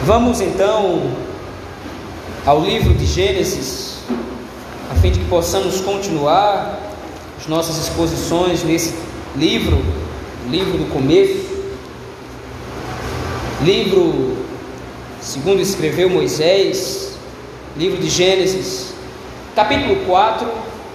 Vamos então ao livro de Gênesis, a fim de que possamos continuar as nossas exposições nesse livro, o livro do começo, livro segundo escreveu Moisés, livro de Gênesis, capítulo 4,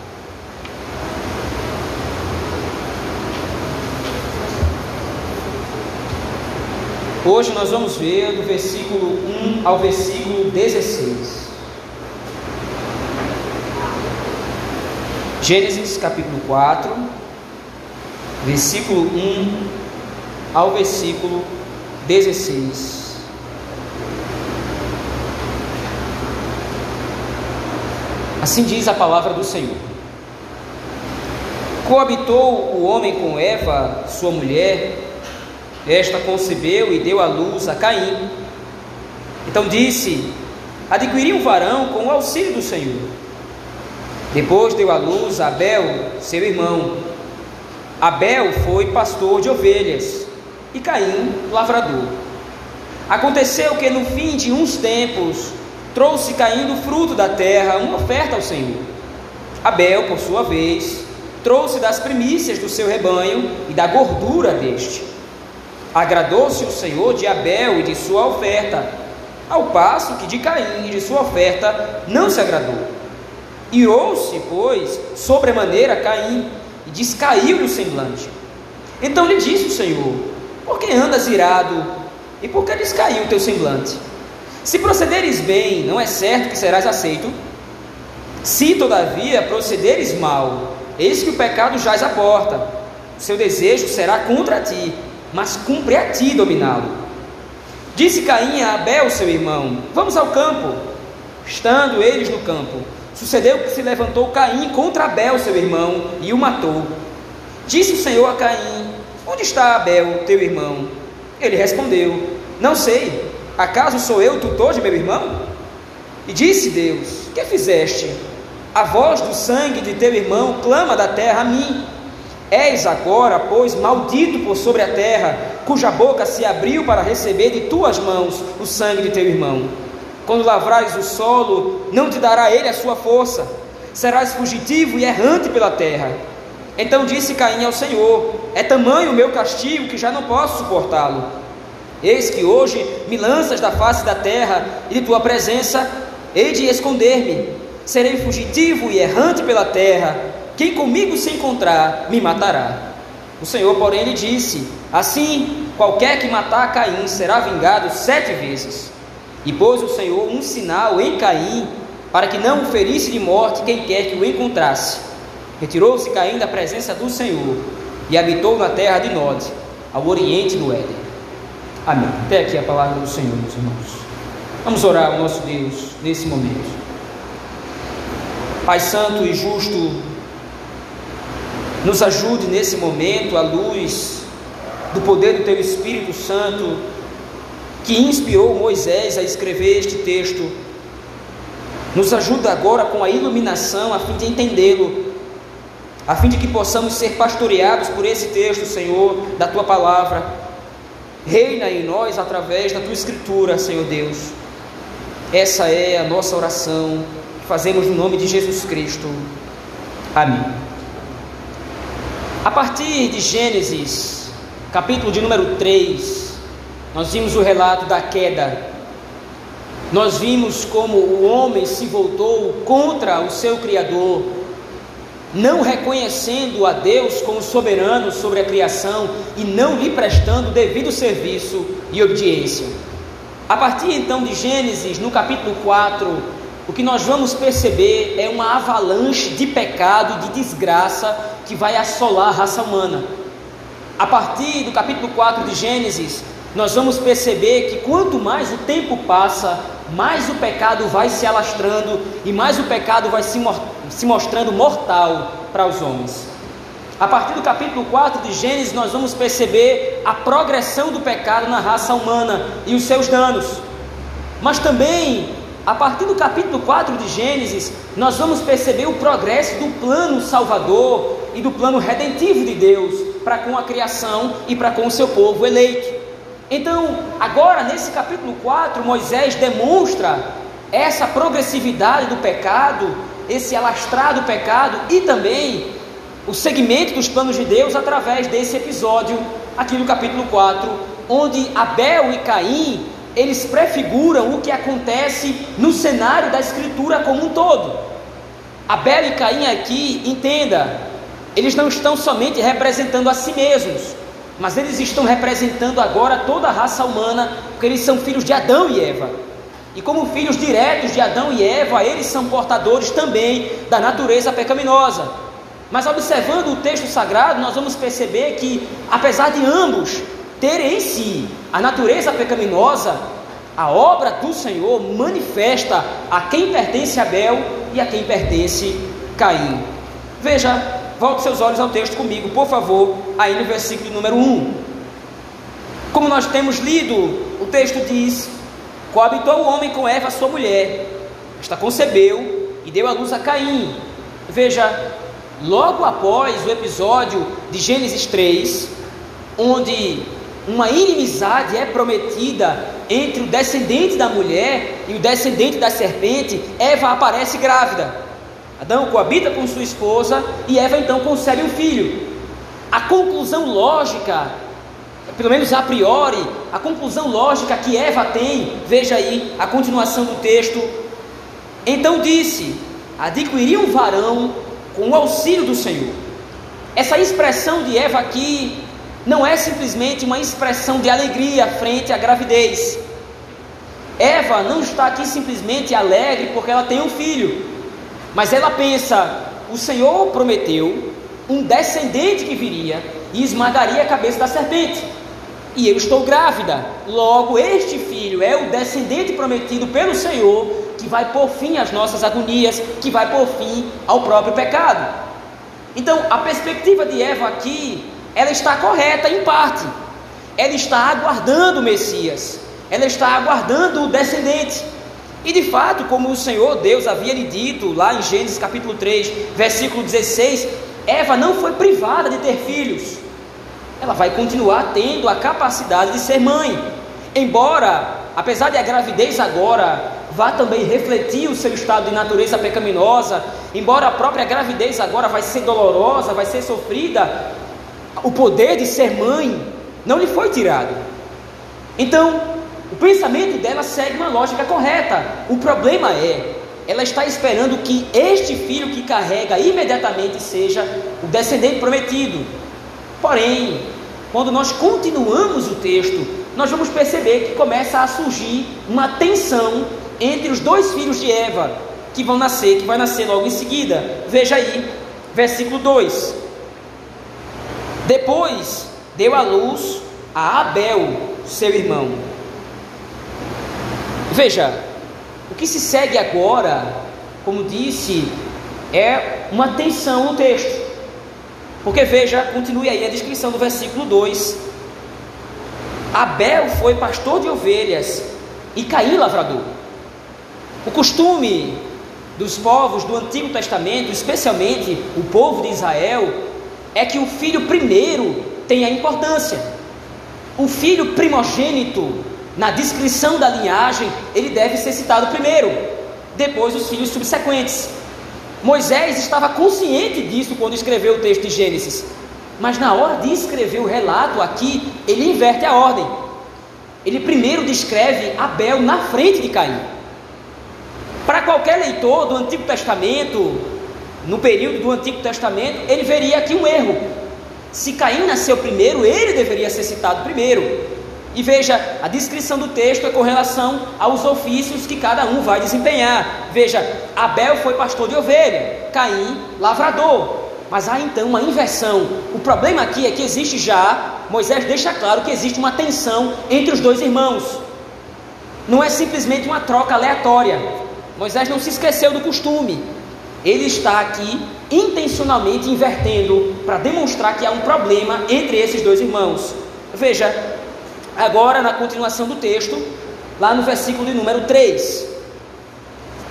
hoje nós vamos ver do versículo 1 ao versículo 16. Gênesis capítulo 4, versículo 1 ao versículo 16. Assim diz a palavra do Senhor. Coabitou o homem com Eva, sua mulher. Esta concebeu e deu à luz a Caim. Então disse: adquiri um varão com o auxílio do Senhor. Depois deu à luz a Abel, seu irmão. Abel foi pastor de ovelhas e Caim lavrador. Aconteceu que no fim de uns tempos trouxe Caim do fruto da terra uma oferta ao Senhor. Abel, por sua vez, trouxe das primícias do seu rebanho e da gordura deste. Agradou-se o Senhor de Abel e de sua oferta, ao passo que de Caim e de sua oferta não se agradou. Irou-se, pois, sobremaneira Caim, e descaiu-lhe o semblante. Então lhe disse o Senhor: por que andas irado, e por que descaiu o teu semblante? Se procederes bem, não é certo que serás aceito? Se, todavia, procederes mal, eis que o pecado jaz à porta. O seu desejo será contra ti, mas cumpre a ti dominá-lo. Disse Caim a Abel, seu irmão: vamos ao campo. Estando eles no campo, sucedeu que se levantou Caim contra Abel, seu irmão, e o matou. Disse o Senhor a Caim: onde está Abel, teu irmão? Ele respondeu: não sei. Acaso sou eu tutor de meu irmão? E disse Deus: que fizeste? A voz do sangue de teu irmão clama da terra a mim. És agora, pois, maldito por sobre a terra, cuja boca se abriu para receber de tuas mãos o sangue de teu irmão. Quando lavrares o solo, não te dará ele a sua força. Serás fugitivo e errante pela terra. Então disse Caim ao Senhor: é tamanho o meu castigo que já não posso suportá-lo. Eis que hoje me lanças da face da terra, e de tua presença hei de esconder-me. Serei fugitivo e errante pela terra. Quem comigo se encontrar, me matará. O Senhor, porém, lhe disse: assim, qualquer que matar Caim será vingado 7 vezes. E pôs o Senhor um sinal em Caim, para que não o ferisse de morte quem quer que o encontrasse. Retirou-se Caim da presença do Senhor, e habitou na terra de Nod, ao oriente do Éden. Amém. Até aqui a palavra do Senhor, meus irmãos. Vamos orar ao nosso Deus nesse momento. Pai santo e justo, nos ajude nesse momento, à luz do poder do Teu Espírito Santo, que inspirou Moisés a escrever este texto. Nos ajuda agora com a iluminação, a fim de entendê-lo, a fim de que possamos ser pastoreados por esse texto, Senhor, da Tua Palavra. Reina em nós através da Tua Escritura, Senhor Deus. Essa é a nossa oração, que fazemos no nome de Jesus Cristo. Amém. A partir de Gênesis, capítulo de número 3, nós vimos o relato da queda. Nós vimos como o homem se voltou contra o seu Criador, não reconhecendo a Deus como soberano sobre a criação e não lhe prestando devido serviço e obediência. A partir então de Gênesis, no capítulo 4, o que nós vamos perceber é uma avalanche de pecado e de desgraça que vai assolar a raça humana. A partir do capítulo 4 de Gênesis, nós vamos perceber que quanto mais o tempo passa, mais o pecado vai se alastrando e mais o pecado vai se mostrando mortal para os homens. A partir do capítulo 4 de Gênesis, nós vamos perceber a progressão do pecado na raça humana e os seus danos. Mas também, a partir do capítulo 4 de Gênesis, nós vamos perceber o progresso do plano salvador e do plano redentivo de Deus para com a criação e para com o seu povo eleito. Então, agora nesse capítulo 4, Moisés demonstra essa progressividade do pecado, esse alastrar do pecado e também o segmento dos planos de Deus através desse episódio aqui no capítulo 4, onde Abel e Caim, eles prefiguram o que acontece no cenário da Escritura como um todo. Abel e Caim aqui, entenda, eles não estão somente representando a si mesmos, mas eles estão representando agora toda a raça humana, porque eles são filhos de Adão e Eva. E como filhos diretos de Adão e Eva, eles são portadores também da natureza pecaminosa. Mas observando o texto sagrado, nós vamos perceber que, apesar de ambos terem em si a natureza pecaminosa, a obra do Senhor manifesta a quem pertence Abel e a quem pertence Caim. Veja, volte seus olhos ao texto comigo, por favor, aí no versículo número 1. Como nós temos lido, o texto diz: coabitou o homem com Eva, sua mulher, esta concebeu e deu à luz a Caim. Veja, logo após o episódio de Gênesis 3, onde uma inimizade é prometida entre o descendente da mulher e o descendente da serpente, Eva aparece grávida. Adão coabita com sua esposa e Eva então concebe um filho. A conclusão lógica, pelo menos a priori, a conclusão lógica que Eva tem, veja aí a continuação do texto: então disse, adquiriu um varão com o auxílio do Senhor. Essa expressão de Eva aqui não é simplesmente uma expressão de alegria frente à gravidez. Eva não está aqui simplesmente alegre porque ela tem um filho, mas ela pensa: o Senhor prometeu um descendente que viria e esmagaria a cabeça da serpente, e eu estou grávida, logo este filho é o descendente prometido pelo Senhor, que vai pôr fim às nossas agonias, que vai pôr fim ao próprio pecado. Então a perspectiva de Eva aqui, ela está correta em parte. Ela está aguardando o Messias, ela está aguardando o descendente. E de fato, como o Senhor Deus havia lhe dito lá em Gênesis capítulo 3, versículo 16, Eva não foi privada de ter filhos. Ela vai continuar tendo a capacidade de ser mãe, embora, apesar de a gravidez agora vá também refletir o seu estado de natureza pecaminosa, embora a própria gravidez agora vai ser dolorosa, vai ser sofrida, o poder de ser mãe não lhe foi tirado. Então, o pensamento dela segue uma lógica correta. O problema é, ela está esperando que este filho que carrega imediatamente seja o descendente prometido. Porém, quando nós continuamos o texto, nós vamos perceber que começa a surgir uma tensão entre os dois filhos de Eva, que vai nascer logo em seguida. Veja aí, versículo 2. Depois deu à luz a Abel, seu irmão. Veja, o que se segue agora, como disse, é uma tensão no texto. Porque veja, continue aí a descrição do versículo 2. Abel foi pastor de ovelhas e Caim lavrador. O costume dos povos do Antigo Testamento, especialmente o povo de Israel, é que o filho primeiro tem a importância. O filho primogênito, na descrição da linhagem, ele deve ser citado primeiro, depois os filhos subsequentes. Moisés estava consciente disso quando escreveu o texto de Gênesis, mas na hora de escrever o relato aqui, ele inverte a ordem. Ele primeiro descreve Abel na frente de Caim. Para qualquer leitor do Antigo Testamento, no período do Antigo Testamento, ele veria aqui um erro. Se Caim nasceu primeiro, ele deveria ser citado primeiro. E veja, a descrição do texto é com relação aos ofícios que cada um vai desempenhar. Veja, Abel foi pastor de ovelha, Caim lavrador. Mas há então uma inversão. O problema aqui é que existe já, Moisés deixa claro que existe uma tensão entre os dois irmãos. Não é simplesmente uma troca aleatória. Moisés não se esqueceu do costume. Ele está aqui intencionalmente invertendo para demonstrar que há um problema entre esses dois irmãos. Veja, agora na continuação do texto, lá no versículo de número 3.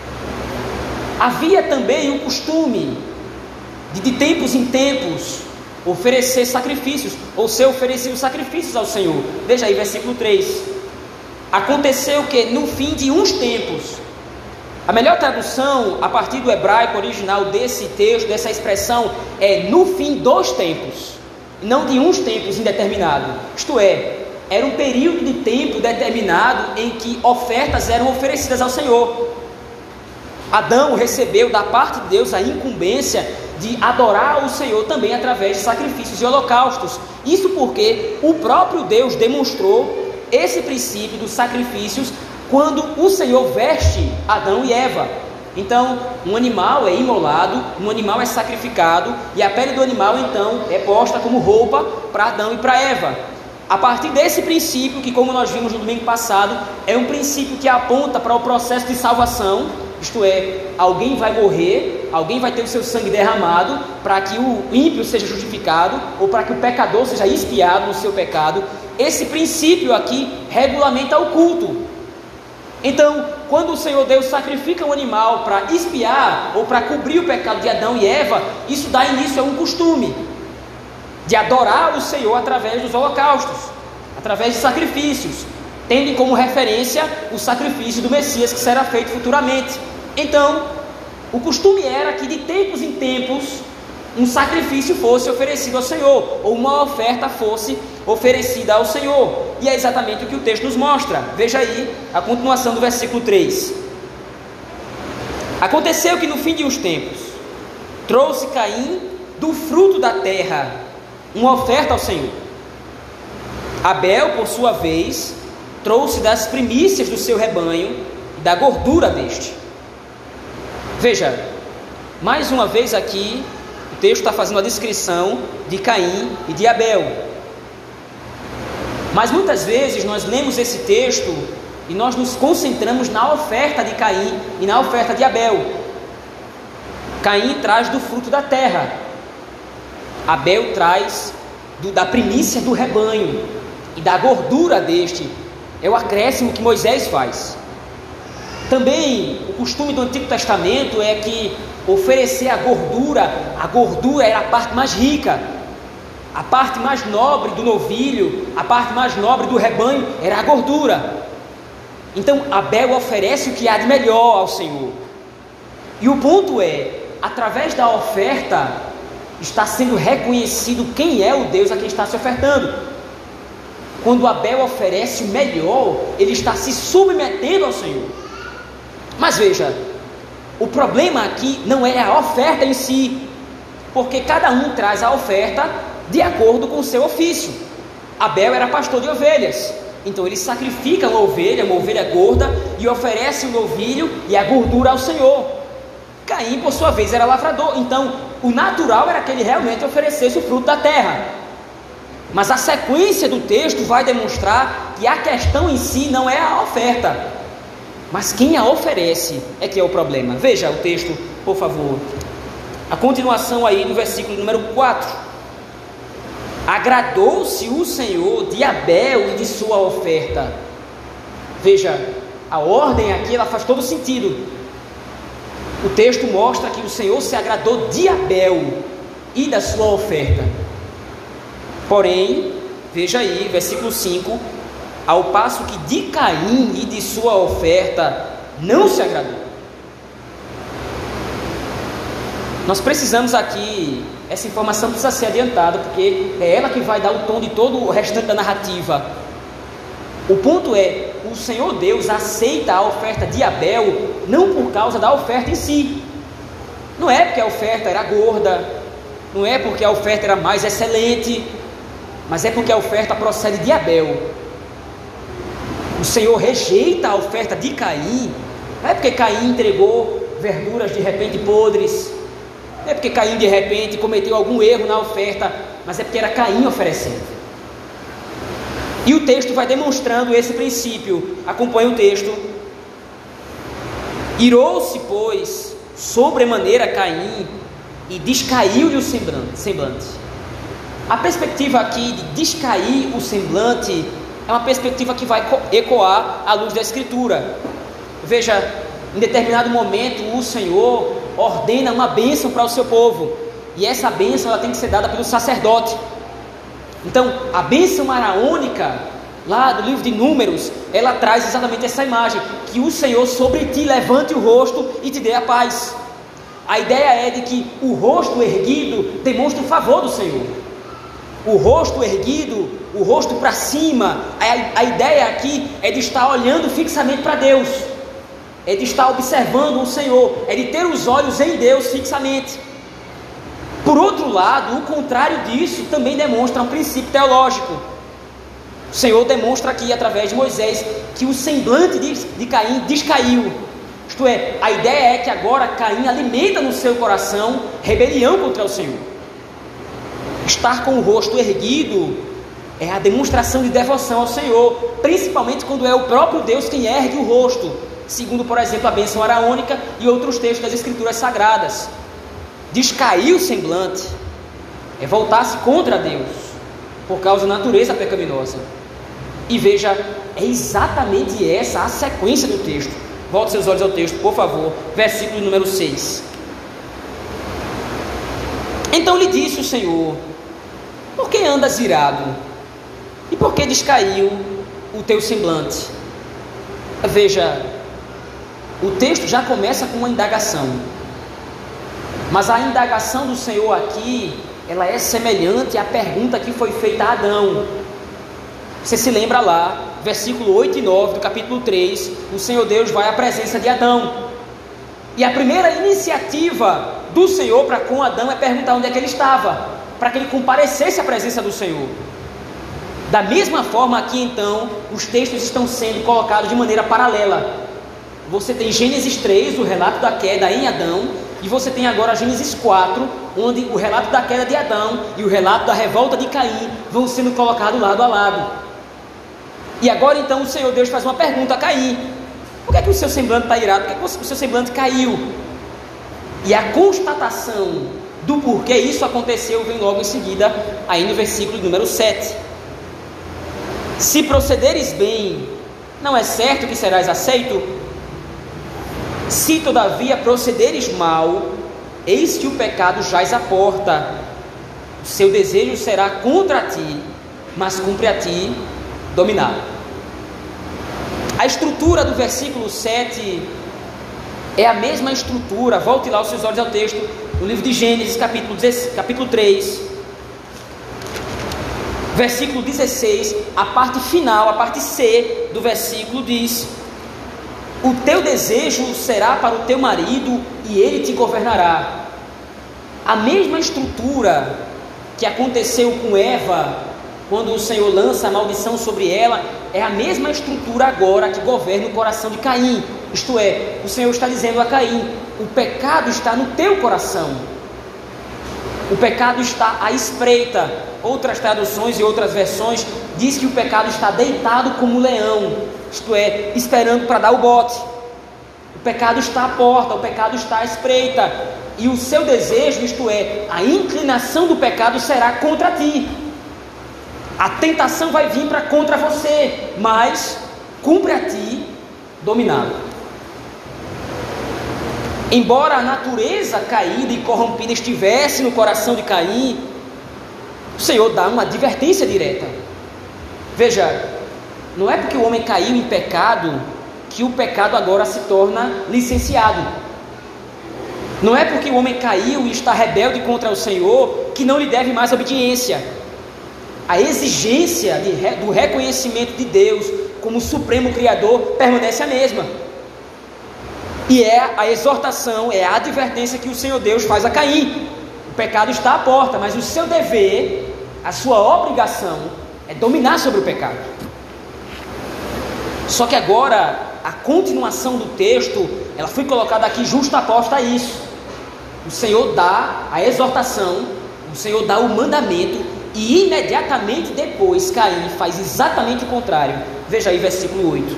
Havia também o costume de tempos em tempos oferecer sacrifícios, ou ser oferecido sacrifícios ao Senhor. Veja aí, versículo 3. Aconteceu que no fim de uns tempos, a melhor tradução a partir do hebraico original desse texto, dessa expressão, é no fim dos tempos, não de uns tempos indeterminado. Isto é, era um período de tempo determinado em que ofertas eram oferecidas ao Senhor. Adão recebeu da parte de Deus a incumbência de adorar o Senhor também através de sacrifícios e holocaustos. Isso porque o próprio Deus demonstrou esse princípio dos sacrifícios quando o Senhor veste Adão e Eva. Então, um animal é imolado, um animal é sacrificado, e a pele do animal então é posta como roupa para Adão e para Eva. A partir desse princípio, que como nós vimos no domingo passado, é um princípio que aponta para o processo de salvação, isto é, alguém vai morrer, alguém vai ter o seu sangue derramado para que o ímpio seja justificado, ou para que o pecador seja expiado no seu pecado. Esse princípio aqui regulamenta o culto. Então, quando o Senhor Deus sacrifica um animal para expiar ou para cobrir o pecado de Adão e Eva, isso dá início a um costume de adorar o Senhor através dos holocaustos, através de sacrifícios, tendo como referência o sacrifício do Messias que será feito futuramente. Então, o costume era que de tempos em tempos um sacrifício fosse oferecido ao Senhor, ou uma oferta fosse oferecida ao Senhor, e é exatamente o que o texto nos mostra. Veja aí a continuação do versículo 3. Aconteceu que no fim de uns tempos trouxe Caim do fruto da terra uma oferta ao Senhor. Abel, por sua vez, trouxe das primícias do seu rebanho e da gordura deste. Veja, mais uma vez aqui o texto está fazendo a descrição de Caim e de Abel. Mas muitas vezes nós lemos esse texto e nós nos concentramos na oferta de Caim e na oferta de Abel. Caim traz do fruto da terra, Abel traz da primícia do rebanho e da gordura deste. É o acréscimo que Moisés faz. Também o costume do Antigo Testamento é que oferecer a gordura era a parte mais rica, a parte mais nobre do novilho, a parte mais nobre do rebanho era a gordura. Então Abel oferece o que há de melhor ao Senhor. E o ponto é, através da oferta está sendo reconhecido quem é o Deus a quem está se ofertando. Quando Abel oferece o melhor, ele está se submetendo ao Senhor. Mas veja, o problema aqui não é a oferta em si, porque cada um traz a oferta de acordo com o seu ofício. Abel era pastor de ovelhas, então ele sacrifica uma ovelha gorda, e oferece o novilho e a gordura ao Senhor. Caim, por sua vez, era lavrador, então o natural era que ele realmente oferecesse o fruto da terra. Mas a sequência do texto vai demonstrar que a questão em si não é a oferta, mas quem a oferece é que é o problema. Veja o texto, por favor. A continuação aí do versículo número 4. Agradou-se o Senhor de Abel e de sua oferta. Veja, a ordem aqui ela faz todo sentido. O texto mostra que o Senhor se agradou de Abel e da sua oferta. Porém, veja aí, versículo 5, ao passo que de Caim e de sua oferta não se agradou. Nós precisamos aqui, essa informação precisa ser adiantada, porque é ela que vai dar o tom de todo o restante da narrativa. O ponto é, o Senhor Deus aceita a oferta de Abel não por causa da oferta em si. Não é porque a oferta era gorda, não é porque a oferta era mais excelente, mas é porque a oferta procede de Abel. O Senhor rejeita a oferta de Caim, não é porque Caim entregou verduras de repente podres, não é porque Caim de repente cometeu algum erro na oferta, mas é porque era Caim oferecendo. E o texto vai demonstrando esse princípio. Acompanhe o texto. Irou-se, pois, sobremaneira Caim, e descaiu-lhe o semblante. A perspectiva aqui de descair o semblante é uma perspectiva que vai ecoar à luz da Escritura. Veja, em determinado momento o Senhor ordena uma bênção para o seu povo, e essa bênção ela tem que ser dada pelo sacerdote. Então, a bênção araônica, lá do livro de Números, ela traz exatamente essa imagem, que o Senhor sobre ti levante o rosto e te dê a paz. A ideia é de que o rosto erguido demonstra o favor do Senhor. O rosto erguido, o rosto para cima, a ideia aqui é de estar olhando fixamente para Deus, é de estar observando o Senhor, é de ter os olhos em Deus fixamente. Por outro lado, o contrário disso também demonstra um princípio teológico. O Senhor demonstra aqui, através de Moisés, que o semblante de Caim descaiu. Isto é, a ideia é que agora Caim alimenta no seu coração rebelião contra o Senhor. Estar com o rosto erguido é a demonstração de devoção ao Senhor, principalmente quando é o próprio Deus quem ergue o rosto, segundo, por exemplo, a bênção araônica e outros textos das Escrituras Sagradas. Descair o semblante é voltar-se contra Deus, por causa da natureza pecaminosa. E veja, é exatamente essa a sequência do texto. Volte seus olhos ao texto, por favor, versículo número 6. Então lhe disse o Senhor: por que andas irado? E por que descaiu o teu semblante? Veja, o texto já começa com uma indagação. Mas a indagação do Senhor aqui, ela é semelhante à pergunta que foi feita a Adão. Você se lembra lá, versículo 8 e 9 do capítulo 3, o Senhor Deus vai à presença de Adão. E a primeira iniciativa do Senhor para com Adão é perguntar onde é que ele estava, para que ele comparecesse à presença do Senhor. Da mesma forma aqui então, os textos estão sendo colocados de maneira paralela. Você tem Gênesis 3, o relato da queda em Adão, e você tem agora Gênesis 4, onde o relato da queda de Adão e o relato da revolta de Caim vão sendo colocados lado a lado. E agora então o Senhor Deus faz uma pergunta a Caim: por que é que o seu semblante está irado? Por que é que o seu semblante caiu? E a constatação do porquê isso aconteceu vem logo em seguida, aí no versículo número 7. Se procederes bem, não é certo que serás aceito? Se todavia procederes mal, eis que o pecado jaz à porta. O seu desejo será contra ti, mas cumpre a ti dominar. A estrutura do versículo 7 é a mesma estrutura. Volte lá os seus olhos ao texto, no livro de Gênesis, capítulo 3, versículo 16, a parte final, a parte C do versículo diz: o teu desejo será para o teu marido e ele te governará. A mesma estrutura que aconteceu com Eva, quando o Senhor lança a maldição sobre ela, é a mesma estrutura agora que governa o coração de Caim. Isto é, o Senhor está dizendo a Caim: o pecado está no teu coração, o pecado está à espreita. Outras traduções e outras versões diz que o pecado está deitado como leão, isto é, esperando para dar o bote. O pecado está à porta, o pecado está à espreita, e o seu desejo, isto é, a inclinação do pecado será contra ti. A tentação vai vir para contra você, mas cumpre a ti dominá-lo. Embora a natureza caída e corrompida estivesse no coração de Caim, o Senhor dá uma advertência direta. Veja, não é porque o homem caiu em pecado que o pecado agora se torna licenciado. Não é porque o homem caiu e está rebelde contra o Senhor que não lhe deve mais obediência. A exigência do reconhecimento de Deus como Supremo Criador permanece a mesma. E é a exortação, é a advertência que o Senhor Deus faz a Caim. O pecado está à porta, mas o seu dever, a sua obrigação é dominar sobre o pecado. Só que agora, a continuação do texto, ela foi colocada aqui justaposta a isso. O Senhor dá a exortação, o Senhor dá o mandamento, e imediatamente depois Caim faz exatamente o contrário. Veja aí versículo 8.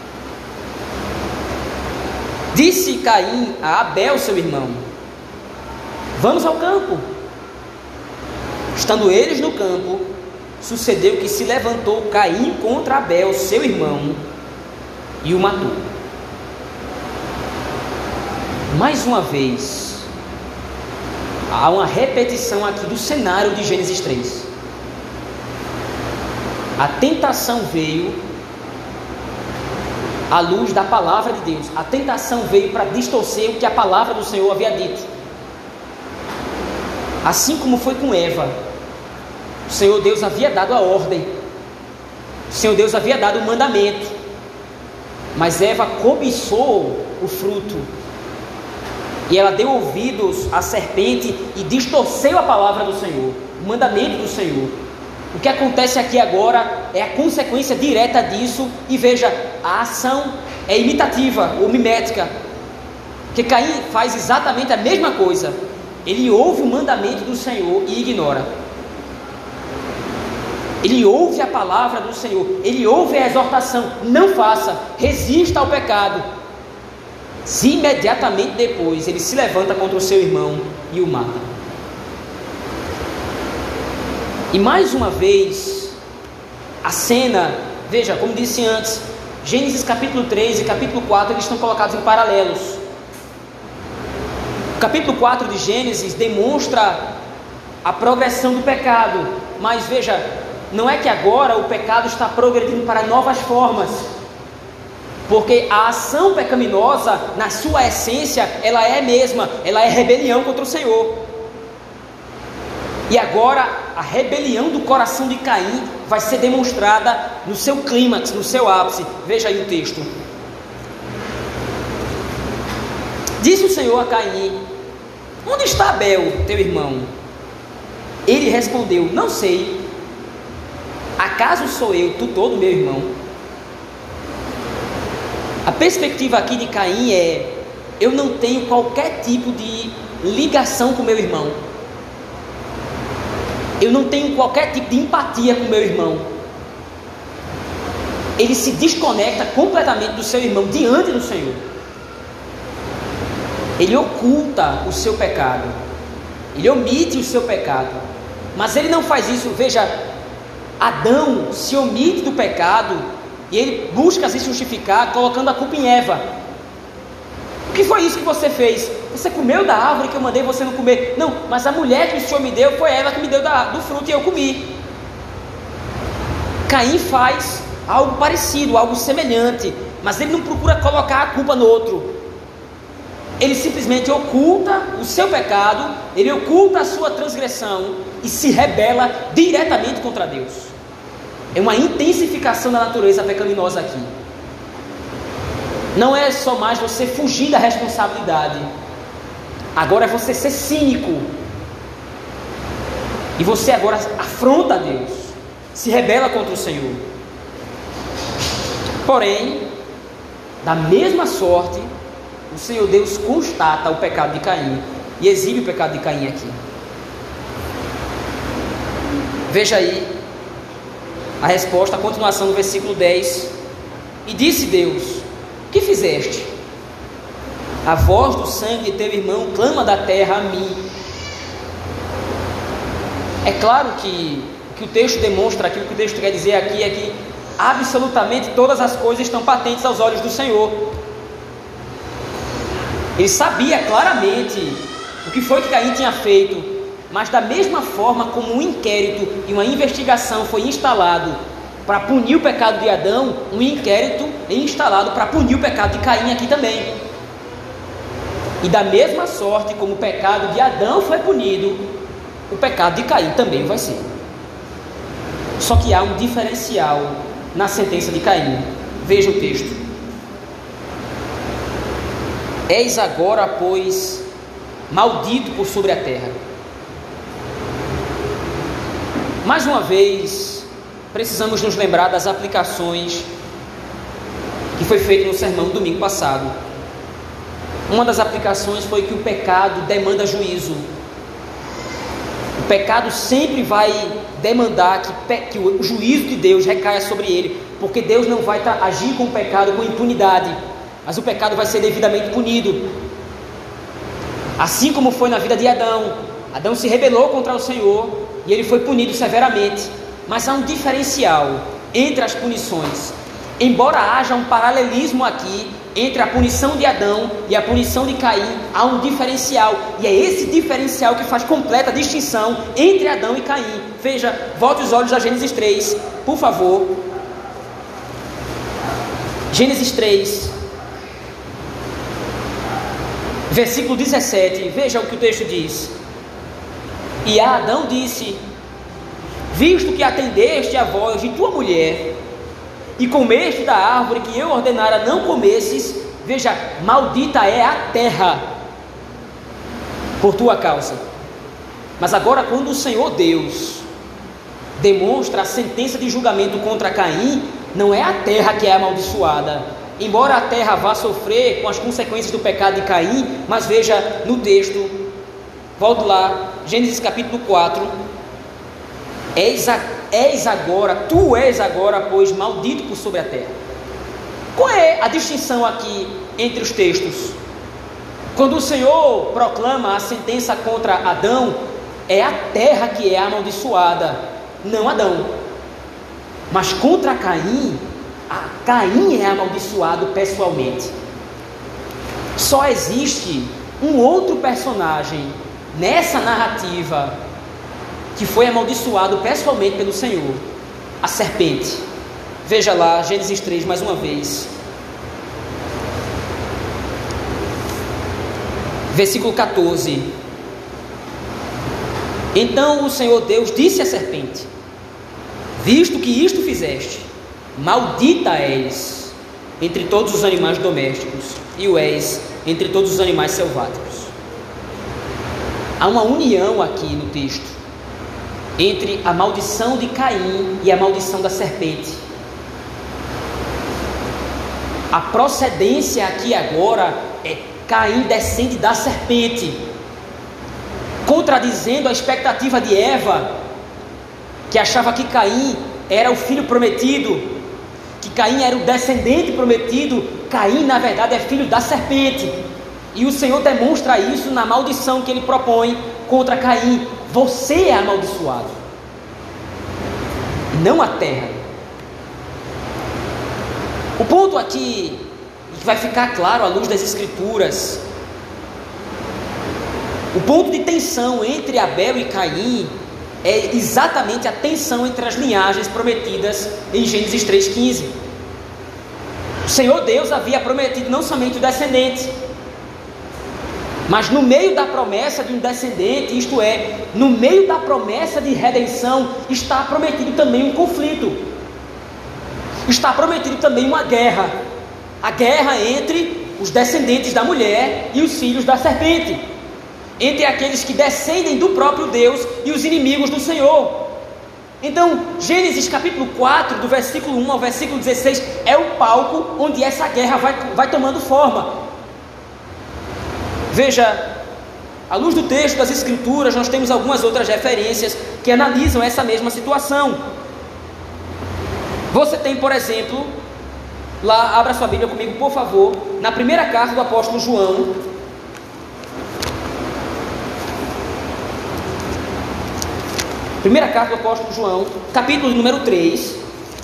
Disse Caim a Abel, seu irmão: vamos ao campo. Estando eles no campo, sucedeu que se levantou Caim contra Abel, seu irmão, e o matou. Mais uma vez, Há uma repetição aqui do cenário de Gênesis 3. A tentação veio à luz da palavra de Deus. A tentação veio para distorcer o que a palavra do Senhor havia dito. Assim como foi com Eva, o Senhor Deus havia dado a ordem, o Senhor Deus havia dado o mandamento, mas Eva cobiçou o fruto, e ela deu ouvidos à serpente e distorceu a palavra do Senhor, o mandamento do Senhor. O que acontece aqui agora é a consequência direta disso, e veja, a ação é imitativa ou mimética, porque Caim faz exatamente a mesma coisa. Ele ouve o mandamento do Senhor e ignora. Ele ouve a palavra do Senhor, ele ouve a exortação: não faça, resista ao pecado. Se imediatamente depois ele se levanta contra o seu irmão e o mata. E mais uma vez, a cena, veja, como disse antes, Gênesis capítulo 3 e capítulo 4, eles estão colocados em paralelos. O capítulo 4 de Gênesis demonstra a progressão do pecado, mas veja, não é que agora o pecado está progredindo para novas formas, porque a ação pecaminosa, na sua essência, ela é a mesma, ela é rebelião contra o Senhor. E agora a rebelião do coração de Caim vai ser demonstrada no seu clímax, no seu ápice. Veja aí o texto. Disse o Senhor a Caim: onde está Abel, teu irmão? Ele respondeu: não sei. Acaso sou eu tutor do meu irmão? A perspectiva aqui de Caim é: eu não tenho qualquer tipo de ligação com meu irmão. Eu não tenho qualquer tipo de empatia com meu irmão. Ele se desconecta completamente do seu irmão diante do Senhor. Ele oculta o seu pecado, ele omite o seu pecado, mas ele não faz isso. Veja, Adão se omite do pecado e ele busca se justificar colocando a culpa em Eva. O que foi isso que você fez? Você comeu da árvore que eu mandei você não comer. Não, mas a mulher que o Senhor me deu, foi ela que me deu do fruto e eu comi. Caim faz algo parecido, algo semelhante, mas ele não procura colocar a culpa no outro. Ele simplesmente oculta o seu pecado, ele oculta a sua transgressão e se rebela diretamente contra Deus. É uma intensificação da natureza pecaminosa aqui. Não é só mais você fugir da responsabilidade, agora é você ser cínico, e você agora afronta a Deus, se rebela contra o Senhor. Porém, da mesma sorte, o Senhor Deus constata o pecado de Caim e exibe o pecado de Caim aqui. Veja aí a resposta, a continuação do versículo 10. E disse Deus: que fizeste? A voz do sangue de teu irmão clama da terra a mim. É claro que o que o texto demonstra aqui, o que o texto quer dizer aqui é que absolutamente todas as coisas estão patentes aos olhos do Senhor. Ele sabia claramente o que foi que Caim tinha feito, mas da mesma forma como um inquérito e uma investigação foi instalado para punir o pecado de Adão, um inquérito é instalado para punir o pecado de Caim aqui também. E da mesma sorte como o pecado de Adão foi punido, o pecado de Caim também vai ser. Só que há um diferencial na sentença de Caim. Veja o texto. És agora, pois, maldito por sobre a terra. Mais uma vez, precisamos nos lembrar das aplicações que foi feito no sermão do domingo passado. Uma das aplicações foi que o pecado demanda juízo. O pecado sempre vai demandar que o juízo de Deus recaia sobre ele, porque Deus não vai agir com o pecado com impunidade, mas o pecado vai ser devidamente punido. Assim como foi na vida de Adão. Adão se rebelou contra o Senhor e ele foi punido severamente. Mas há um diferencial entre as punições. embora haja um paralelismo aqui entre a punição de Adão e a punição de Caim, há um diferencial, e é esse diferencial que faz completa distinção entre Adão e Caim. Veja, volte os olhos a Gênesis 3, por favor. Gênesis 3, versículo 17, veja o que o texto diz. E a Adão disse: visto que atendeste a voz de tua mulher, e comeste da árvore que eu ordenara não comesses, veja, maldita é a terra por tua causa. Mas agora, quando o Senhor Deus demonstra a sentença de julgamento contra Caim, não é a terra que é amaldiçoada, embora a terra vá sofrer com as consequências do pecado de Caim. Mas veja no texto, volto lá, Gênesis capítulo 4, tu és agora, pois, maldito por sobre a terra. Qual é a distinção aqui entre os textos? Quando o Senhor proclama a sentença contra Adão, é a terra que é amaldiçoada, não Adão. Mas contra Caim, Caim é amaldiçoado pessoalmente. Só existe um outro personagem nessa narrativa que foi amaldiçoado pessoalmente pelo Senhor: a serpente. Veja lá, Gênesis 3, mais uma vez. Versículo 14. Então o Senhor Deus disse à serpente: visto que isto fizeste, maldita és entre todos os animais domésticos, e o és entre todos os animais selváticos. Há uma união aqui no texto entre a maldição de Caim e a maldição da serpente. A procedência aqui agora é: Caim descende da serpente, contradizendo a expectativa de Eva, que achava que Caim era o filho prometido, que Caim era o descendente prometido. Caim, na verdade, é filho da serpente, e o Senhor demonstra isso na maldição que ele propõe contra Caim: você é amaldiçoado, não a terra. O ponto aqui, que vai ficar claro à luz das Escrituras, o ponto de tensão entre Abel e Caim é exatamente a tensão entre as linhagens prometidas em Gênesis 3,15. O Senhor Deus havia prometido não somente o descendente, mas no meio da promessa de um descendente, isto é, no meio da promessa de redenção, está prometido também um conflito, está prometido também uma guerra, a guerra entre os descendentes da mulher e os filhos da serpente, entre aqueles que descendem do próprio Deus e os inimigos do Senhor. Então, Gênesis capítulo 4, do versículo 1 ao versículo 16, é o palco onde essa guerra vai tomando forma. Veja, à luz do texto das Escrituras, nós temos algumas outras referências que analisam essa mesma situação. Você tem, por exemplo, lá, abra sua Bíblia comigo, por favor, na primeira carta do apóstolo João, primeira carta do apóstolo João, capítulo número 3,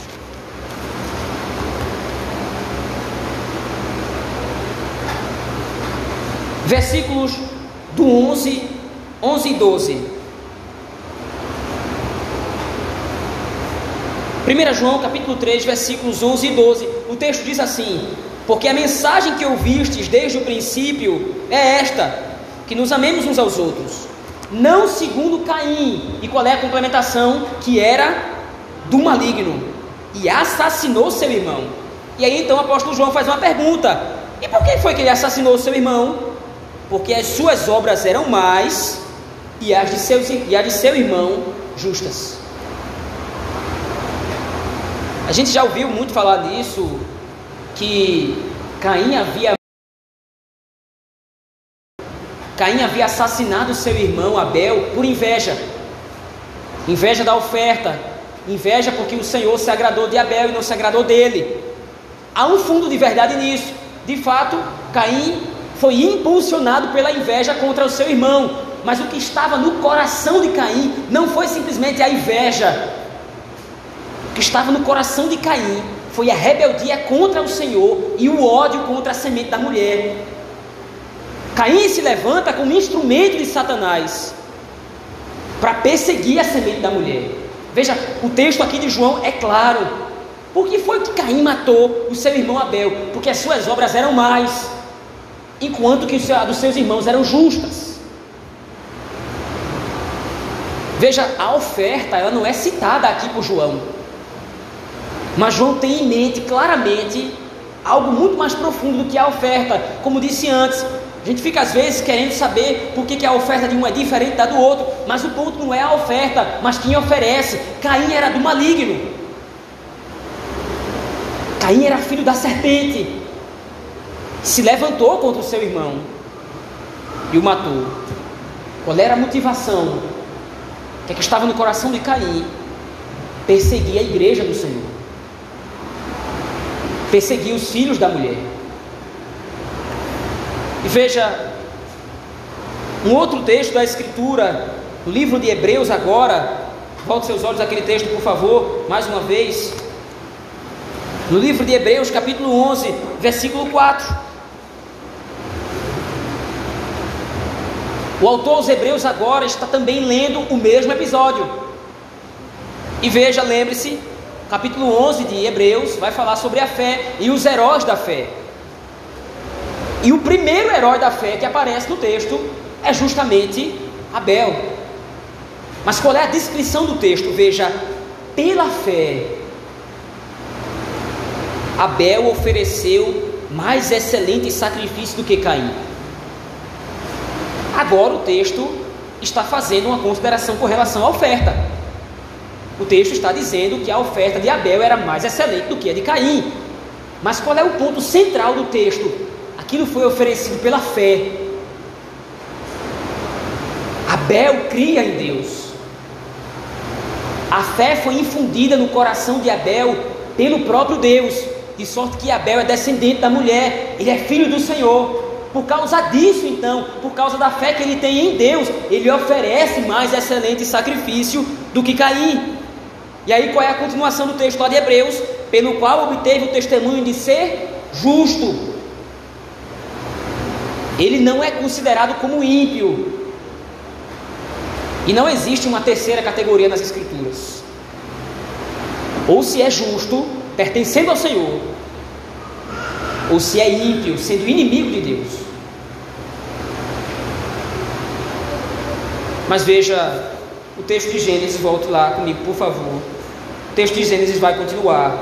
versículos do 11 e 12. 1 João capítulo 3, versículos 11 e 12. O texto diz assim: porque a mensagem que ouvistes desde o princípio é esta, que nos amemos uns aos outros, não segundo Caim. E qual é a complementação? Que era do maligno e assassinou seu irmão. E aí então o apóstolo João faz uma pergunta: e por que foi que ele assassinou seu irmão? Porque as suas obras eram más e as de seu irmão justas. A gente já ouviu muito falar nisso, que Caim havia assassinado seu irmão Abel por inveja da oferta, inveja porque o Senhor se agradou de Abel e não se agradou dele. Há um fundo de verdade nisso. De fato, Caim foi impulsionado pela inveja contra o seu irmão, mas o que estava no coração de Caim não foi simplesmente a inveja. O que estava no coração de Caim foi a rebeldia contra o Senhor e o ódio contra a semente da mulher. Caim se levanta como instrumento de Satanás para perseguir a semente da mulher. Veja, o texto aqui de João é claro. Por que foi que Caim matou o seu irmão Abel? Porque as suas obras eram más, enquanto que a dos seus irmãos eram justas. Veja, a oferta, ela não é citada aqui por João, mas João tem em mente claramente algo muito mais profundo do que a oferta. Como disse antes, a gente fica às vezes querendo saber por que a oferta de um é diferente da do outro, mas o ponto não é a oferta, mas quem oferece. Caim era do maligno. Caim era filho da serpente, se levantou contra o seu irmão e o matou. Qual era a motivação? O que é que estava no coração de Caim? Perseguir a igreja do Senhor, perseguir os filhos da mulher. E veja, um outro texto da Escritura, no livro de Hebreus agora, volte seus olhos àquele texto, por favor, mais uma vez. No livro de Hebreus, capítulo 11, versículo 4. O autor aos Hebreus agora está também lendo o mesmo episódio. E veja, lembre-se, capítulo 11 de Hebreus vai falar sobre a fé e os heróis da fé. E o primeiro herói da fé que aparece no texto é justamente Abel. Mas qual é a descrição do texto? Veja, pela fé, Abel ofereceu mais excelente sacrifício do que Caim. Agora o texto está fazendo uma consideração com relação à oferta. O texto está dizendo que a oferta de Abel era mais excelente do que a de Caim. Mas qual é o ponto central do texto? Aquilo foi oferecido pela fé. Abel cria em Deus. A fé foi infundida no coração de Abel pelo próprio Deus, de sorte que Abel é descendente da mulher, ele é filho do Senhor. Por causa disso, então, por causa da fé que ele tem em Deus, ele oferece mais excelente sacrifício do que Caim. E aí qual é a continuação do texto lá de Hebreus? Pelo qual obteve o testemunho de ser justo. Ele não é considerado como ímpio. E não existe uma terceira categoria nas Escrituras. Ou se é justo, pertencendo ao Senhor, ou se é ímpio, sendo inimigo de Deus. Mas veja o texto de Gênesis, volte lá comigo, por favor. O texto de Gênesis vai continuar.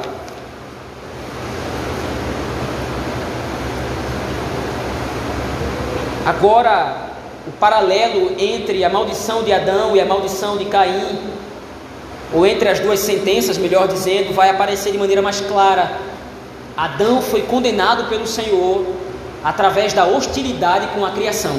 Agora, o paralelo entre a maldição de Adão e a maldição de Caim, ou entre as duas sentenças, melhor dizendo, vai aparecer de maneira mais clara. Adão foi condenado pelo Senhor através da hostilidade com a criação.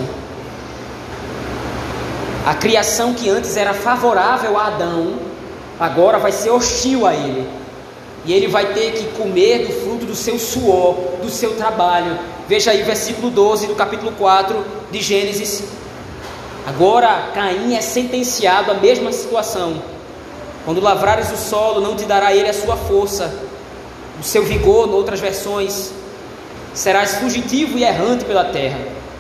A criação que antes era favorável a Adão, agora vai ser hostil a ele. E ele vai ter que comer do fruto do seu suor, do seu trabalho. Veja aí, versículo 12 do capítulo 4 de Gênesis. Agora Caim é sentenciado à mesma situação. Quando lavrares o solo, não te dará ele a sua força, o seu vigor, em outras versões. Serás fugitivo e errante pela terra.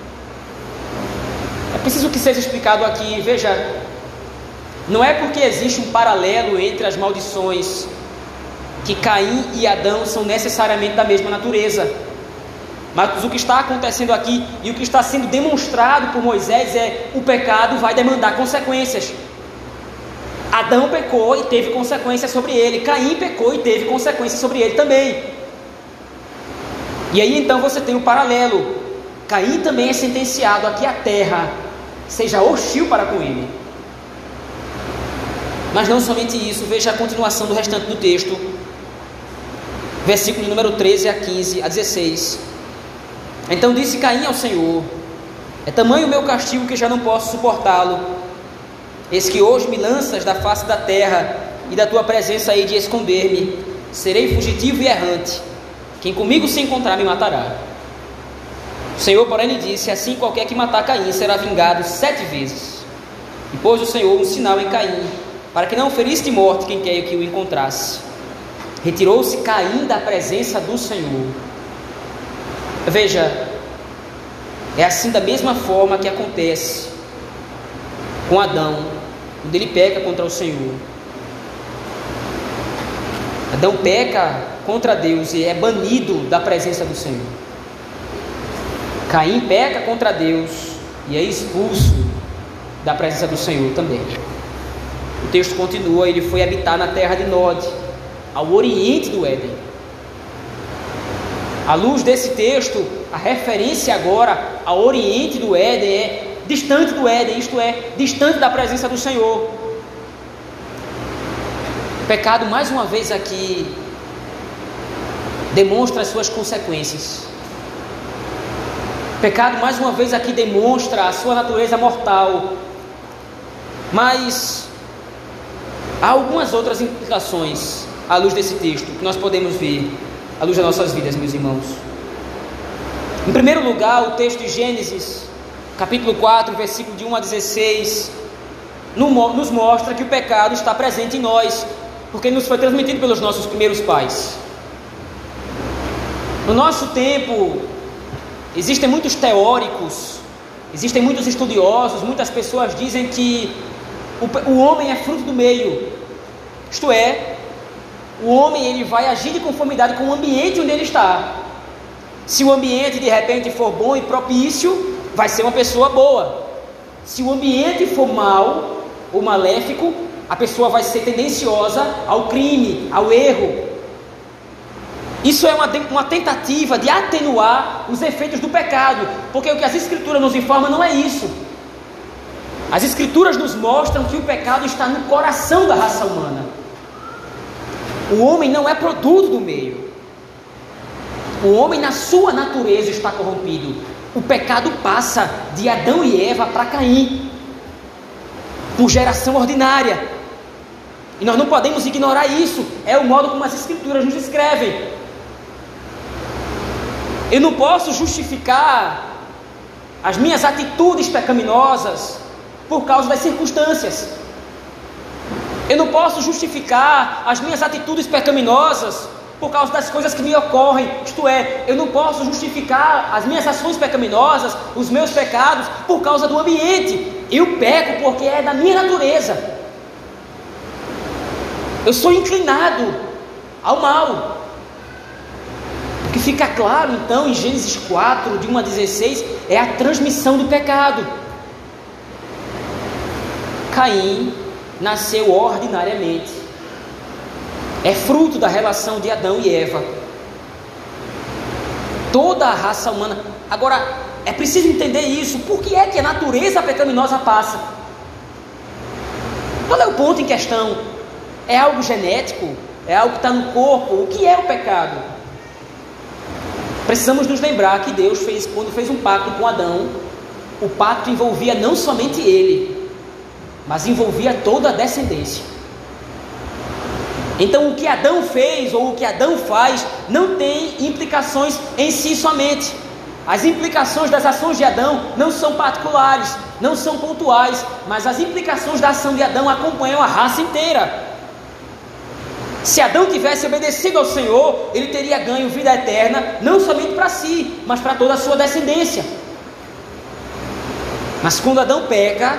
É preciso que seja explicado aqui. Veja, não é porque existe um paralelo entre as maldições que Caim e Adão são necessariamente da mesma natureza. Mas o que está acontecendo aqui e o que está sendo demonstrado por Moisés é: o pecado vai demandar consequências. Adão pecou e teve consequências sobre ele. Caim pecou e teve consequências sobre ele também. E aí então você tem um paralelo. Caim também é sentenciado a que a terra seja hostil para com ele. Mas não somente isso, veja a continuação do restante do texto. Versículo número 13 a 15 a 16. Então disse Caim ao Senhor: é tamanho o meu castigo que já não posso suportá-lo. Eis que hoje me lanças da face da terra, e da tua presença hei de esconder-me. Serei fugitivo e errante. Quem comigo se encontrar me matará. O Senhor, porém, lhe disse: assim qualquer que matar Caim será vingado 7 vezes. E pôs o Senhor um sinal em Caim, para que não ferisse de morte quem quer que o encontrasse. Retirou-se Caim da presença do Senhor. Veja, é assim da mesma forma que acontece com Adão, quando ele peca contra o Senhor. Adão peca contra Deus e é banido da presença do Senhor. Caim peca contra Deus e é expulso da presença do Senhor também. O texto continua: ele foi habitar na terra de Nod, ao oriente do Éden. À luz desse texto, a referência agora ao oriente do Éden é distante do Éden, isto é, distante da presença do Senhor. O pecado, mais uma vez aqui, demonstra as suas consequências. O pecado, mais uma vez aqui, demonstra a sua natureza mortal. Mas há algumas outras implicações à luz desse texto que nós podemos ver à luz das nossas vidas, meus irmãos. Em primeiro lugar, o texto de Gênesis, capítulo 4, versículo de 1 a 16, nos mostra que o pecado está presente em nós, porque nos foi transmitido pelos nossos primeiros pais. No nosso tempo, existem muitos teóricos, existem muitos estudiosos, muitas pessoas dizem que o homem é fruto do meio, isto é, o homem ele vai agir de conformidade com o ambiente onde ele está. Se o ambiente de repente for bom e propício, vai ser uma pessoa boa. Se o ambiente for mau ou maléfico, a pessoa vai ser tendenciosa ao crime, ao erro. Isso é uma tentativa de atenuar os efeitos do pecado, porque o que as Escrituras nos informam não é isso. As Escrituras nos mostram que o pecado está no coração da raça humana. O homem não é produto do meio. O homem, na sua natureza, está corrompido. O pecado passa de Adão e Eva para Caim, por geração ordinária. E nós não podemos ignorar isso. É o modo como as Escrituras nos descrevem. Eu não posso justificar as minhas atitudes pecaminosas por causa das circunstâncias. Eu não posso justificar as minhas atitudes pecaminosas por causa das coisas que me ocorrem. Isto é, eu não posso justificar as minhas ações pecaminosas, os meus pecados, por causa do ambiente. Eu peco porque é da minha natureza. Eu sou inclinado ao mal. O que fica claro então em Gênesis 4, de 1 a 16, é a transmissão do pecado. Caim nasceu ordinariamente. É fruto da relação de Adão e Eva. Toda a raça humana. Agora, é preciso entender isso. Por que é que a natureza pecaminosa passa? Qual é o ponto em questão? É algo genético? É algo que está no corpo? O que é o pecado? Precisamos nos lembrar que Deus fez, quando fez um pacto com Adão, o pacto envolvia não somente ele, mas envolvia toda a descendência. Então o que Adão fez ou o que Adão faz não tem implicações em si somente. As implicações das ações de Adão não são particulares, não são pontuais, mas as implicações da ação de Adão acompanham a raça inteira. Se Adão tivesse obedecido ao Senhor, ele teria ganho vida eterna, não somente para si, mas para toda a sua descendência. Mas quando Adão peca,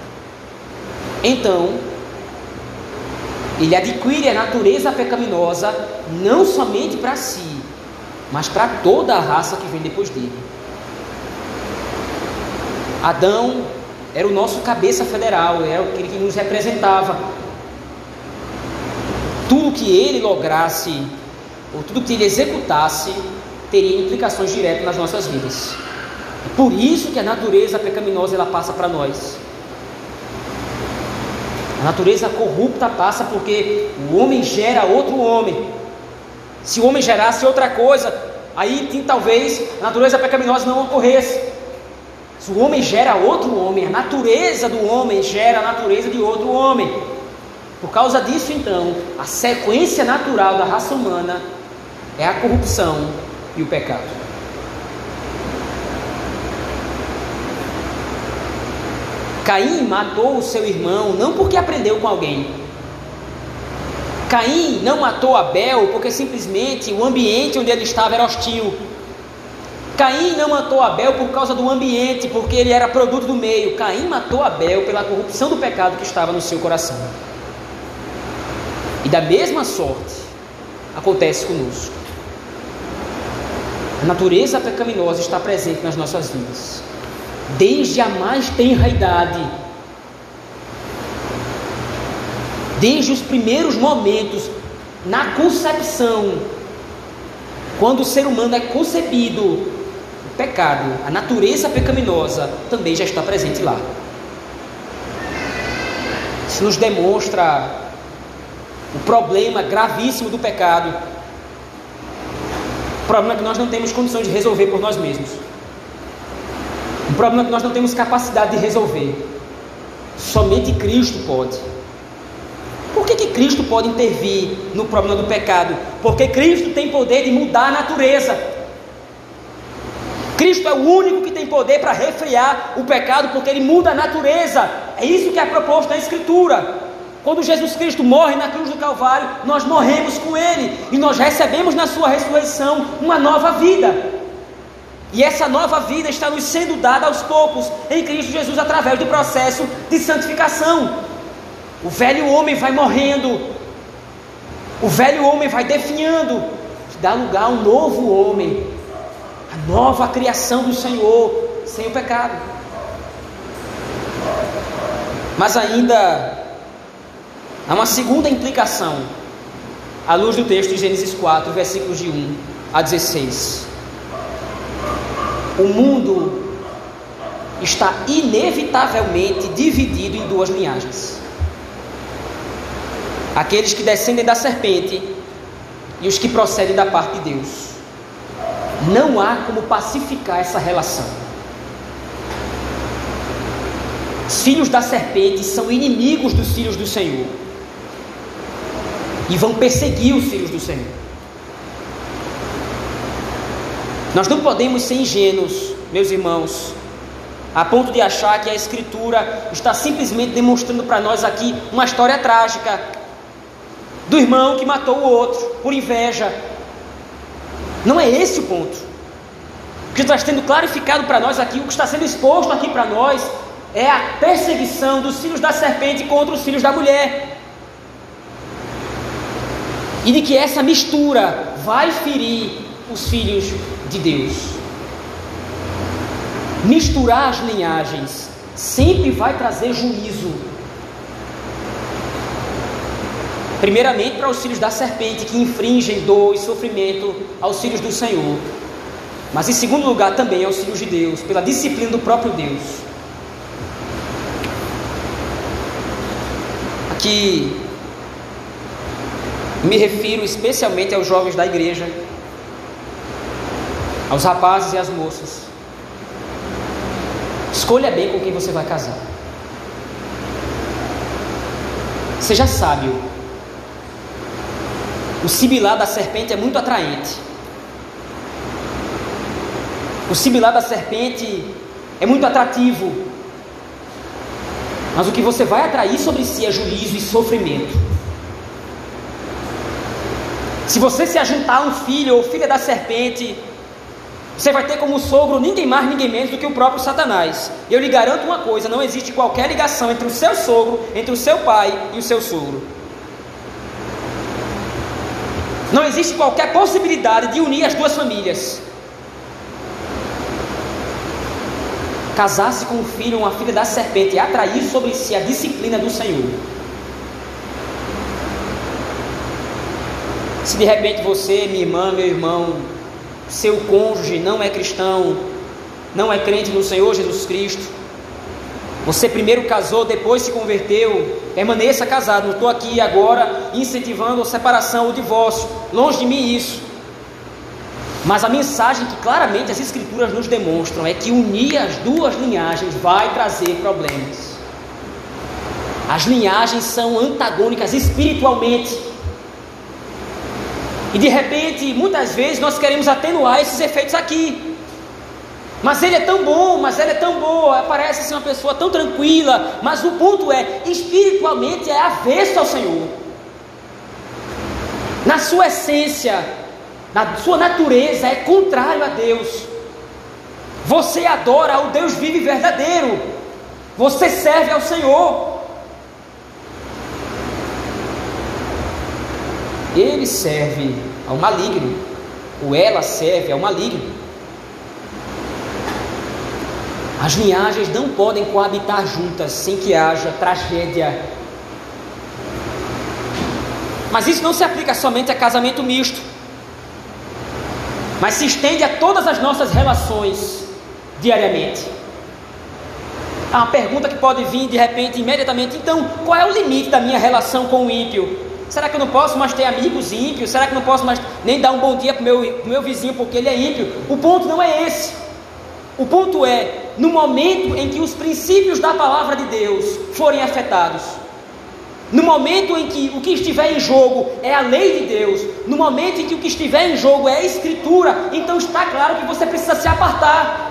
então ele adquire a natureza pecaminosa, não somente para si, mas para toda a raça que vem depois dele. Adão era o nosso cabeça federal, era aquele que nos representava. Tudo que ele lograsse, ou tudo que ele executasse, teria implicações diretas nas nossas vidas. É por isso que a natureza pecaminosa ela passa para nós. A natureza corrupta passa porque o homem gera outro homem. Se o homem gerasse outra coisa, aí talvez a natureza pecaminosa não ocorresse. Se o homem gera outro homem, a natureza do homem gera a natureza de outro homem. Por causa disso, então, a sequência natural da raça humana é a corrupção e o pecado. Caim matou o seu irmão não porque aprendeu com alguém. Caim não matou Abel porque simplesmente o ambiente onde ele estava era hostil. Caim não matou Abel por causa do ambiente, porque ele era produto do meio. Caim matou Abel pela corrupção do pecado que estava no seu coração. E da mesma sorte acontece conosco. A natureza pecaminosa está presente nas nossas vidas, desde a mais tenra idade, desde os primeiros momentos, na concepção, quando o ser humano é concebido, o pecado, a natureza pecaminosa também já está presente lá. Isso nos demonstra o problema gravíssimo do pecado, o problema que nós não temos condição de resolver por nós mesmos, um problema que nós não temos capacidade de resolver. Somente Cristo pode. Por que Cristo pode intervir no problema do pecado? Porque Cristo tem poder de mudar a natureza. Cristo é o único que tem poder para refrear o pecado, porque Ele muda a natureza. É isso que é proposto na Escritura. Quando Jesus Cristo morre na cruz do Calvário, nós morremos com Ele, e nós recebemos na sua ressurreição uma nova vida. E essa nova vida está nos sendo dada aos poucos em Cristo Jesus, através do processo de santificação. O velho homem vai morrendo, o velho homem vai definhando, dá lugar a um novo homem, a nova criação do Senhor, sem o pecado. Mas ainda há uma segunda implicação, à luz do texto de Gênesis 4, versículos de 1 a 16. O mundo está inevitavelmente dividido em duas linhagens: aqueles que descendem da serpente e os que procedem da parte de Deus. Não há como pacificar essa relação. Os filhos da serpente são inimigos dos filhos do Senhor e vão perseguir os filhos do Senhor. Nós não podemos ser ingênuos, meus irmãos, a ponto de achar que a Escritura está simplesmente demonstrando para nós aqui uma história trágica do irmão que matou o outro por inveja. Não é esse o ponto. O que está sendo clarificado para nós aqui, o que está sendo exposto aqui para nós, é a perseguição dos filhos da serpente contra os filhos da mulher, e de que essa mistura vai ferir os filhos de Deus. Misturar as linhagens sempre vai trazer juízo. Primeiramente para os filhos da serpente, que infringem dor e sofrimento aos filhos do Senhor, mas em segundo lugar também aos filhos de Deus, pela disciplina do próprio Deus. Aqui me refiro especialmente aos jovens da igreja, aos rapazes e às moças. Escolha bem com quem você vai casar. Seja sábio. O sibilar da serpente é muito atraente. O sibilar da serpente é muito atrativo. Mas o que você vai atrair sobre si é juízo e sofrimento. Se você se ajuntar a um filho ou filha da serpente, você vai ter como sogro ninguém mais, ninguém menos do que o próprio Satanás. E eu lhe garanto uma coisa: não existe qualquer ligação entre o seu sogro, entre o seu pai e o seu sogro. Não existe qualquer possibilidade de unir as duas famílias. Casar-se com um filho ou uma filha da serpente e atrair sobre si a disciplina do Senhor. Se de repente você, minha irmã, meu irmão, seu cônjuge não é cristão, não é crente no Senhor Jesus Cristo, você primeiro casou, depois se converteu, permaneça casado. Não estou aqui agora incentivando a separação ou o divórcio, longe de mim isso. Mas a mensagem que claramente as Escrituras nos demonstram é que unir as duas linhagens vai trazer problemas. As linhagens são antagônicas espiritualmente. E de repente, muitas vezes nós queremos atenuar esses efeitos aqui. Mas ele é tão bom, mas ela é tão boa, parece ser uma pessoa tão tranquila. Mas o ponto é, espiritualmente é avesso ao Senhor. na sua essência, na sua natureza, é contrário a Deus. Você adora ao Deus vivo e verdadeiro. Você serve ao Senhor. Ele serve ao maligno, ou ela serve ao maligno. As linhagens não podem coabitar juntas sem que haja tragédia. Mas isso não se aplica somente a casamento misto, mas se estende a todas as nossas relações diariamente. Há uma pergunta que pode vir de repente, imediatamente: então, qual é o limite da minha relação com o ímpio? Será que eu não posso mais ter amigos ímpios? Será que eu não posso mais nem dar um bom dia para o meu vizinho porque ele é ímpio? O ponto não é esse. O ponto é, no momento em que os princípios da palavra de Deus forem afetados, no momento em que o que estiver em jogo é a lei de Deus, no momento em que o que estiver em jogo é a Escritura, então está claro que você precisa se apartar.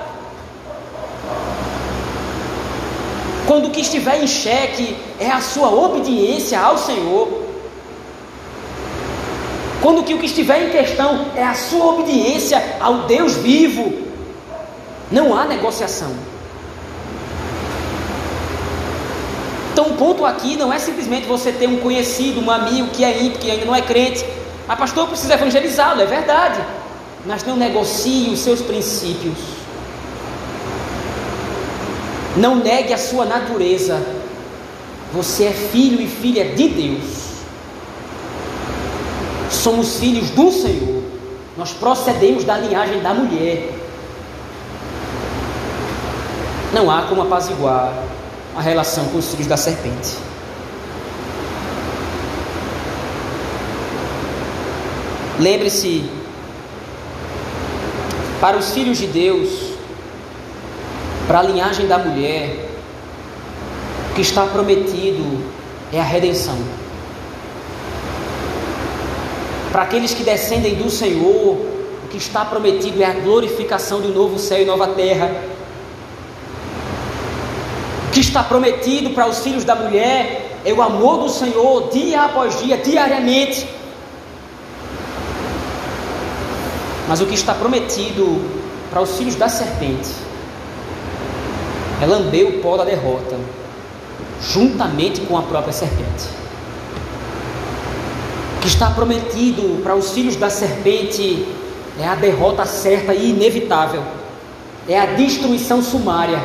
Quando o que estiver em xeque é a sua obediência ao Senhor, quando o que estiver em questão é a sua obediência ao Deus vivo, não há negociação. Então o ponto aqui não é simplesmente você ter um conhecido, um amigo que é ímpio, que ainda não é crente. Mas pastor, eu preciso evangelizá-lo, é verdade, mas não negocie os seus princípios. Não negue a sua natureza. Você é filho e filha de Deus. Somos filhos do Senhor. Nós procedemos da linhagem da mulher. Não há como apaziguar a relação com os filhos da serpente. Lembre-se, para os filhos de Deus, para a linhagem da mulher, o que está prometido é a redenção. Para aqueles que descendem do Senhor, o que está prometido é a glorificação de um novo céu e nova terra. O que está prometido para os filhos da mulher é o amor do Senhor dia após dia, diariamente. Mas o que está prometido para os filhos da serpente é lamber o pó da derrota, juntamente com a própria serpente. O que está prometido para os filhos da serpente é a derrota certa e inevitável, é a destruição sumária.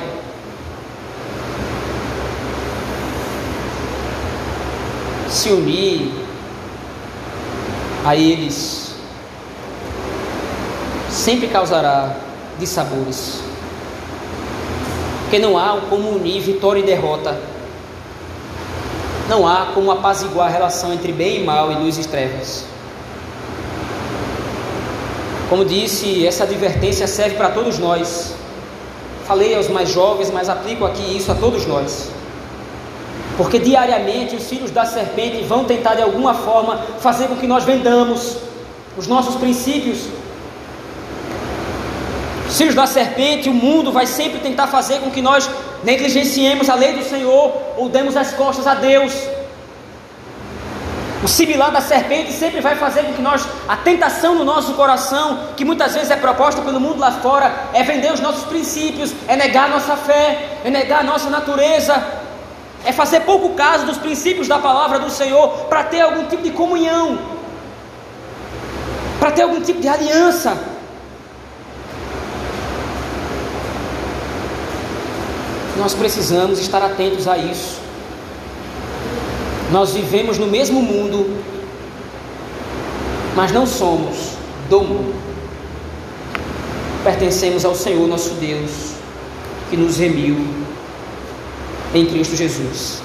Se unir a eles sempre causará dissabores, porque não há como unir vitória e derrota, não há como apaziguar a relação entre bem e mal e luz e trevas. Como disse, essa advertência serve para todos nós. Falei aos mais jovens, mas aplico aqui isso a todos nós. Porque diariamente os filhos da serpente vão tentar de alguma forma fazer com que nós vendamos os nossos princípios. Os filhos da serpente, o mundo vai sempre tentar fazer com que nós negligenciemos a lei do Senhor ou demos as costas a Deus. O similar da serpente sempre vai fazer com que nós, a tentação no nosso coração, que muitas vezes é proposta pelo mundo lá fora, é vender os nossos princípios, é negar a nossa fé, é negar a nossa natureza, é fazer pouco caso dos princípios da palavra do Senhor para ter algum tipo de comunhão, para ter algum tipo de aliança. Nós precisamos estar atentos a isso. Nós vivemos no mesmo mundo, mas não somos do mundo. Pertencemos ao Senhor nosso Deus, que nos remiu em Cristo Jesus.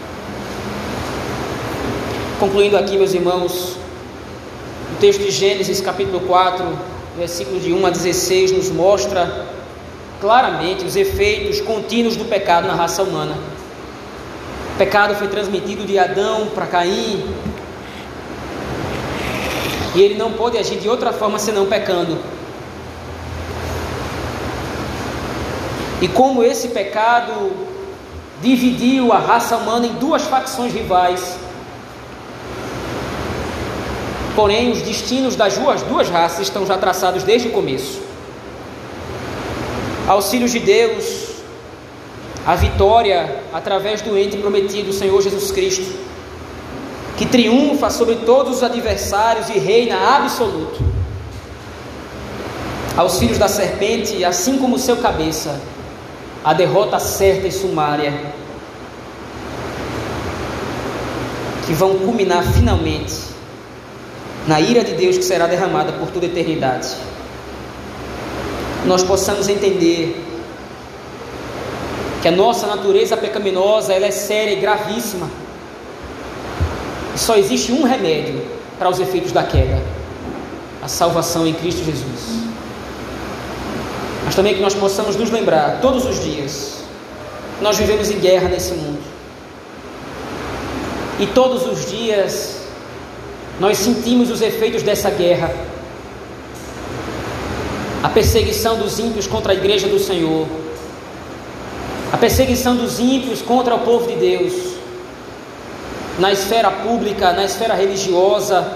Concluindo aqui, meus irmãos, o texto de Gênesis capítulo 4, versículos de 1 a 16, nos mostra claramente os efeitos contínuos do pecado na raça humana. O pecado foi transmitido de Adão para Caim, e ele não pode agir de outra forma senão pecando. E como esse pecado dividiu a raça humana em duas facções rivais, Porém, os destinos das duas raças estão já traçados desde o começo. Aos filhos de Deus, a vitória através do ente prometido, o Senhor Jesus Cristo, que triunfa sobre todos os adversários e reina absoluto. Aos filhos da serpente, assim como seu cabeça, a derrota certa e sumária, que vão culminar finalmente na ira de Deus que será derramada por toda a eternidade. Nós possamos entender que a nossa natureza pecaminosa, ela é séria e gravíssima, e só existe um remédio para os efeitos da queda: a salvação em Cristo Jesus. Mas também que nós possamos nos lembrar todos os dias que nós vivemos em guerra nesse mundo, e todos os dias nós sentimos os efeitos dessa guerra, a perseguição dos ímpios contra a igreja do Senhor, a perseguição dos ímpios contra o povo de Deus, na esfera pública, na esfera religiosa.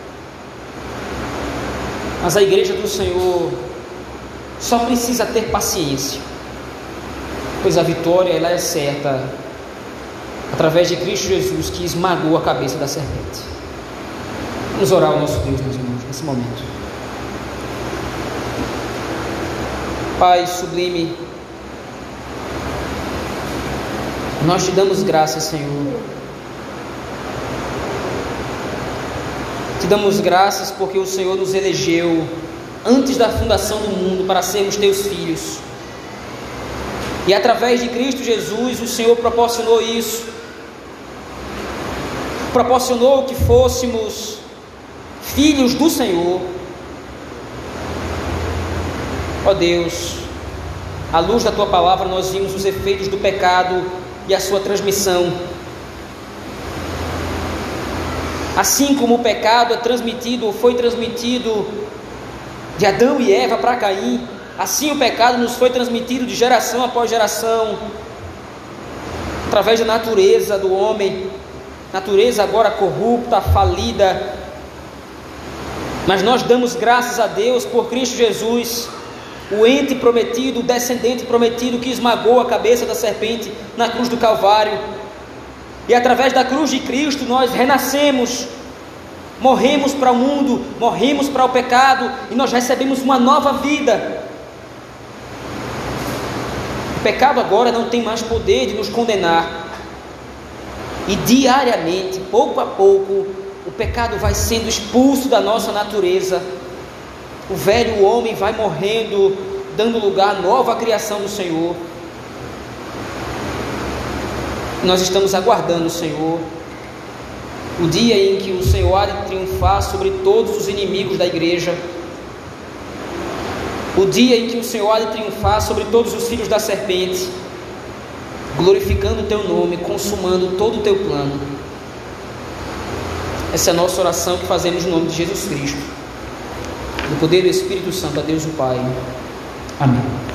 Mas a igreja do Senhor só precisa ter paciência, pois a vitória ela é certa através de Cristo Jesus, que esmagou a cabeça da serpente. Vamos orar ao nosso Deus, meus irmãos, nesse momento. Pai sublime, nós te damos graças, Senhor. Te damos graças porque o Senhor nos elegeu antes da fundação do mundo para sermos teus filhos. E através de Cristo Jesus, o Senhor proporcionou isso. Proporcionou que fôssemos filhos do Senhor. Ó Deus, à luz da Tua palavra nós vimos os efeitos do pecado e a sua transmissão. Assim como o pecado é transmitido ou foi transmitido de Adão e Eva para Caim, assim o pecado nos foi transmitido de geração após geração, através da natureza do homem, natureza agora corrupta, falida. Mas nós damos graças a Deus por Cristo Jesus, o ente prometido, o descendente prometido, que esmagou a cabeça da serpente na cruz do Calvário. E através da cruz de Cristo nós renascemos, morremos para o mundo, morremos para o pecado, e nós recebemos uma nova vida. O pecado agora não tem mais poder de nos condenar, e diariamente, pouco a pouco, o pecado vai sendo expulso da nossa natureza. O velho homem vai morrendo, dando lugar à nova criação do Senhor. Nós estamos aguardando, Senhor, o dia em que o Senhor há de triunfar sobre todos os inimigos da igreja, o dia em que o Senhor há de triunfar sobre todos os filhos da serpente, glorificando o Teu nome, consumando todo o Teu plano. Essa é a nossa oração que fazemos no nome de Jesus Cristo, no poder do Espírito Santo, a Deus o Pai. Amém.